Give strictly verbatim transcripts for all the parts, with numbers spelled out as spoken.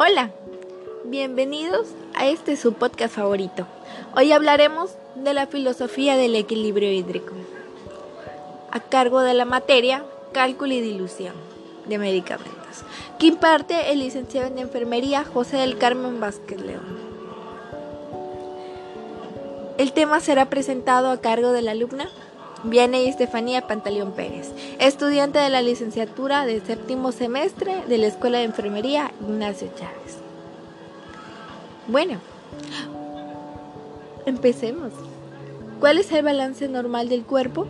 Hola, bienvenidos a este su podcast favorito. Hoy hablaremos de la filosofía del equilibrio hídrico, a cargo de la materia Cálculo y Dilución de Medicamentos, que imparte el licenciado en Enfermería José del Carmen Vázquez León. El tema será presentado a cargo de la alumna Vianey Estefanía Pantaleón Pérez, estudiante de la licenciatura de séptimo semestre de la Escuela de Enfermería Ignacio Chávez. Bueno, empecemos. ¿Cuál es el balance normal del cuerpo?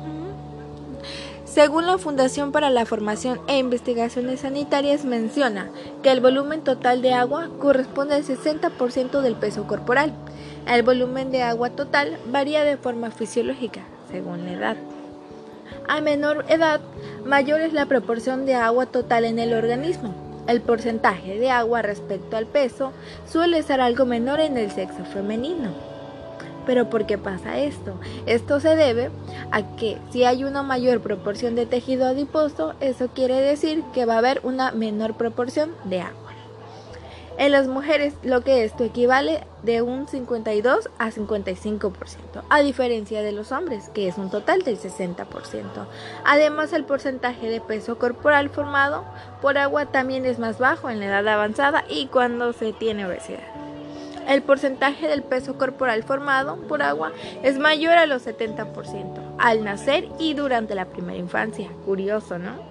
Según la Fundación para la Formación e Investigaciones Sanitarias, menciona que el volumen total de agua corresponde al sesenta por ciento del peso corporal. El volumen de agua total varía de forma fisiológica, según la edad. A menor edad, mayor es la proporción de agua total en el organismo. El porcentaje de agua respecto al peso suele ser algo menor en el sexo femenino. ¿Pero por qué pasa esto? Esto se debe a que si hay una mayor proporción de tejido adiposo, eso quiere decir que va a haber una menor proporción de agua. En las mujeres, lo que esto equivale de un cincuenta y dos a cincuenta y cinco por ciento, a diferencia de los hombres, que es un total del sesenta por ciento. Además, el porcentaje de peso corporal formado por agua también es más bajo en la edad avanzada y cuando se tiene obesidad. El porcentaje del peso corporal formado por agua es mayor a los setenta por ciento al nacer y durante la primera infancia. Curioso, ¿no?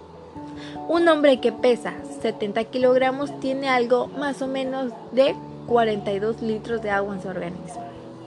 Un hombre que pesa setenta kilogramos tiene algo más o menos de cuarenta y dos litros de agua en su organismo.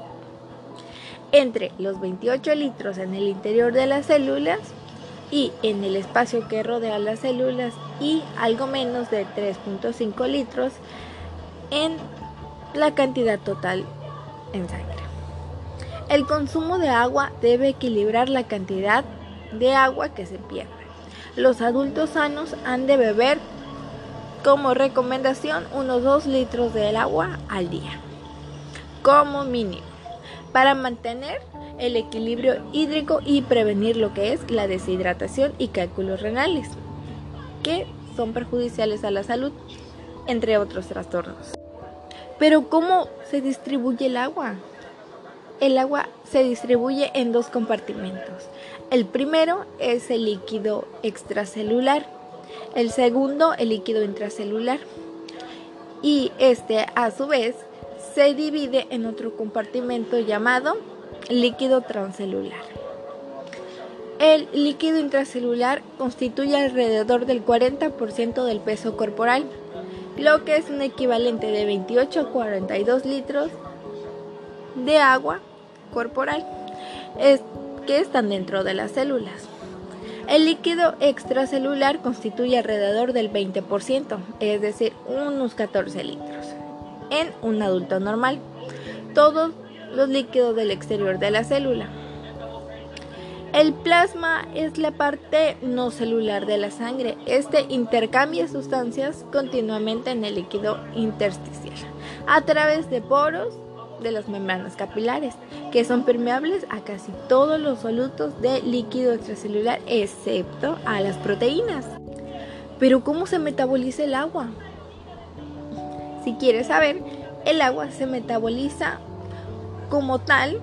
Entre los veintiocho litros en el interior de las células y en el espacio que rodea las células y algo menos de tres punto cinco litros en la cantidad total en sangre. El consumo de agua debe equilibrar la cantidad de agua que se pierde. Los adultos sanos han de beber como recomendación unos dos litros del agua al día, como mínimo, para mantener el equilibrio hídrico y prevenir lo que es la deshidratación y cálculos renales, que son perjudiciales a la salud, entre otros trastornos. Pero ¿cómo se distribuye el agua? El agua se distribuye en dos compartimentos. El primero es el líquido extracelular, el segundo el líquido intracelular, y este a su vez se divide en otro compartimento llamado líquido transcelular. El líquido intracelular constituye alrededor del cuarenta por ciento del peso corporal, lo que es un equivalente de veintiocho a cuarenta y dos litros de agua corporal es, que están dentro de las células. El líquido extracelular constituye alrededor del veinte por ciento, es decir, unos catorce litros, en un adulto normal. Todos los líquidos del exterior de la célula. El plasma es la parte no celular de la sangre. Este intercambia sustancias continuamente en el líquido intersticial a través de poros de las membranas capilares, que son permeables a casi todos los solutos de líquido extracelular, excepto a las proteínas. Pero ¿cómo se metaboliza el agua? Si quieres saber, el agua se metaboliza como tal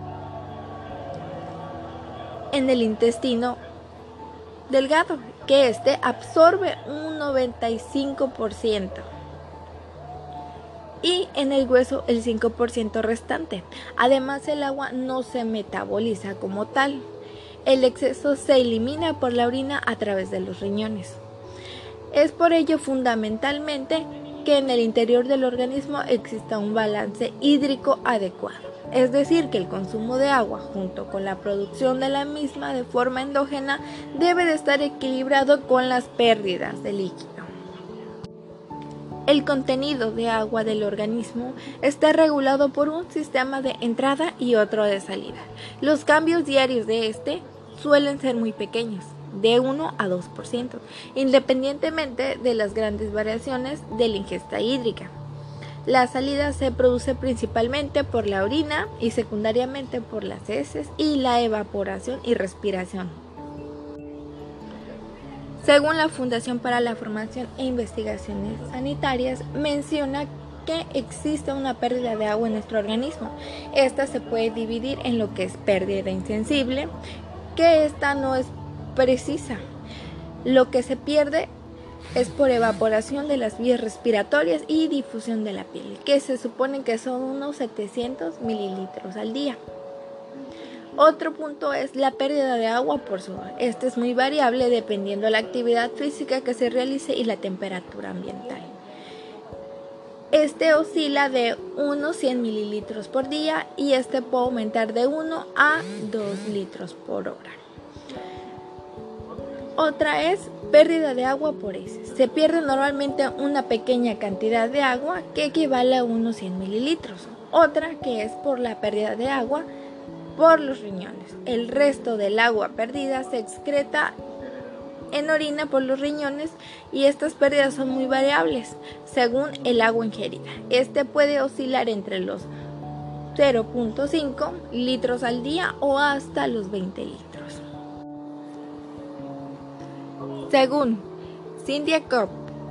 en el intestino delgado, que éste absorbe un noventa y cinco por ciento. Y en el hueso el cinco por ciento restante. Además, el agua no se metaboliza como tal. El exceso se elimina por la orina a través de los riñones. Es por ello fundamentalmente que en el interior del organismo exista un balance hídrico adecuado. Es decir, que el consumo de agua junto con la producción de la misma de forma endógena debe de estar equilibrado con las pérdidas de líquido. El contenido de agua del organismo está regulado por un sistema de entrada y otro de salida. Los cambios diarios de este suelen ser muy pequeños, de uno a dos por ciento, independientemente de las grandes variaciones de la ingesta hídrica. La salida se produce principalmente por la orina y secundariamente por las heces y la evaporación y respiración. Según la Fundación para la Formación e Investigaciones Sanitarias, menciona que existe una pérdida de agua en nuestro organismo. Esta se puede dividir en lo que es pérdida insensible, que esta no es precisa. Lo que se pierde es por evaporación de las vías respiratorias y difusión de la piel, que se supone que son unos setecientos mililitros al día. Otro punto es la pérdida de agua por sudor. Este es muy variable dependiendo de la actividad física que se realice y la temperatura ambiental. Este oscila de unos cien mililitros por día y este puede aumentar de uno a dos litros por hora. Otra es pérdida de agua por heces. Se pierde normalmente una pequeña cantidad de agua que equivale a unos cien mililitros. Otra que es por la pérdida de agua por los riñones. El resto del agua perdida se excreta en orina por los riñones y estas pérdidas son muy variables según el agua ingerida. Este puede oscilar entre los cero punto cinco litros al día o hasta los veinte litros. Según Cynthia Cope,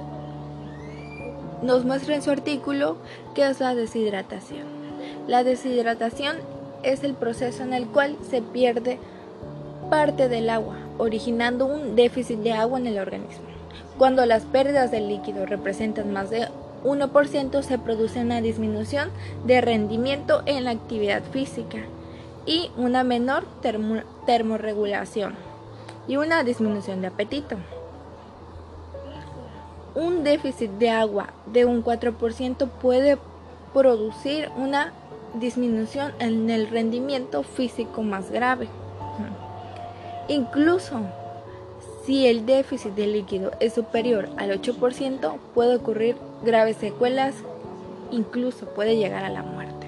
nos muestra en su artículo qué es la deshidratación. La deshidratación es el proceso en el cual se pierde parte del agua, originando un déficit de agua en el organismo. Cuando las pérdidas del líquido representan más de uno por ciento, se produce una disminución de rendimiento en la actividad física y una menor termo termorregulación y una disminución de apetito. Un déficit de agua de un cuatro por ciento puede producir una disminución en el rendimiento físico más grave. Incluso si el déficit de líquido es superior al ocho por ciento, puede ocurrir graves secuelas, incluso puede llegar a la muerte.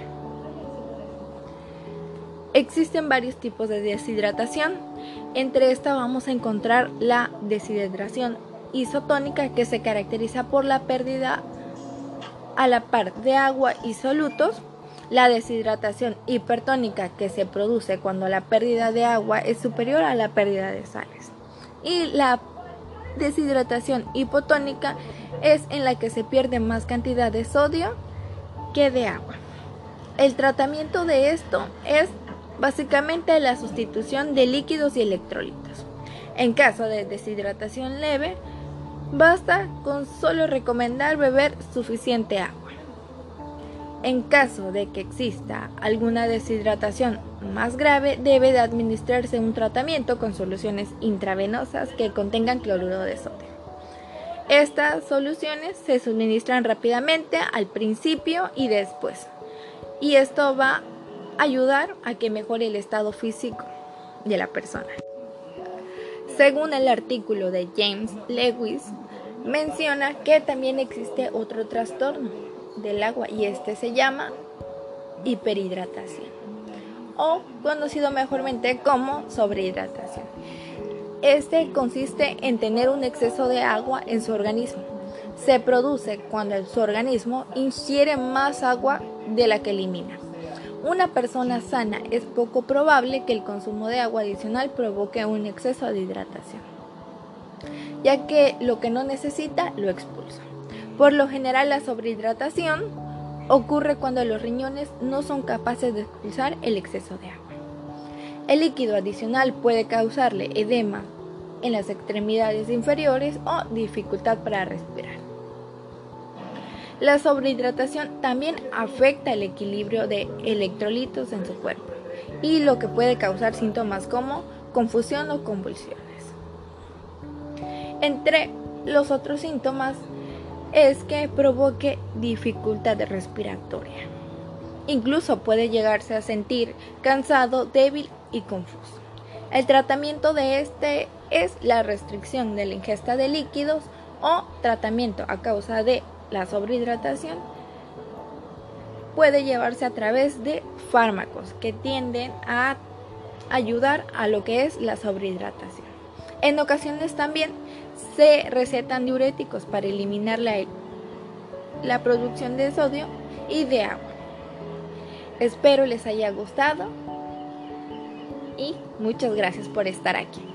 Existen varios tipos de deshidratación. Entre estas vamos a encontrar la deshidratación isotónica, que se caracteriza por la pérdida a la par de agua y solutos. La deshidratación hipertónica, que se produce cuando la pérdida de agua es superior a la pérdida de sales. Y la deshidratación hipotónica es en la que se pierde más cantidad de sodio que de agua. El tratamiento de esto es básicamente la sustitución de líquidos y electrolitos. En caso de deshidratación leve, basta con solo recomendar beber suficiente agua. En caso de que exista alguna deshidratación más grave, debe de administrarse un tratamiento con soluciones intravenosas que contengan cloruro de sodio. Estas soluciones se suministran rápidamente al principio y después, y esto va a ayudar a que mejore el estado físico de la persona. Según el artículo de James Lewis, menciona que también existe otro trastorno del agua y este se llama hiperhidratación o conocido mejormente como sobrehidratación. Este consiste en tener un exceso de agua en su organismo. Se produce cuando su organismo ingiere más agua de la que elimina. Una persona sana es poco probable que el consumo de agua adicional provoque un exceso de hidratación, ya que lo que no necesita lo expulsa. Por lo general, la sobrehidratación ocurre cuando los riñones no son capaces de expulsar el exceso de agua. El líquido adicional puede causarle edema en las extremidades inferiores o dificultad para respirar. La sobrehidratación también afecta el equilibrio de electrolitos en su cuerpo y lo que puede causar síntomas como confusión o convulsiones. Entre los otros síntomas es que provoque dificultad respiratoria. Incluso puede llegarse a sentir cansado, débil y confuso. El tratamiento de este es la restricción de la ingesta de líquidos o tratamiento a causa de la sobrehidratación. Puede llevarse a través de fármacos que tienden a ayudar a lo que es la sobrehidratación. En ocasiones también se recetan diuréticos para eliminar la, la producción de sodio y de agua. Espero les haya gustado y muchas gracias por estar aquí.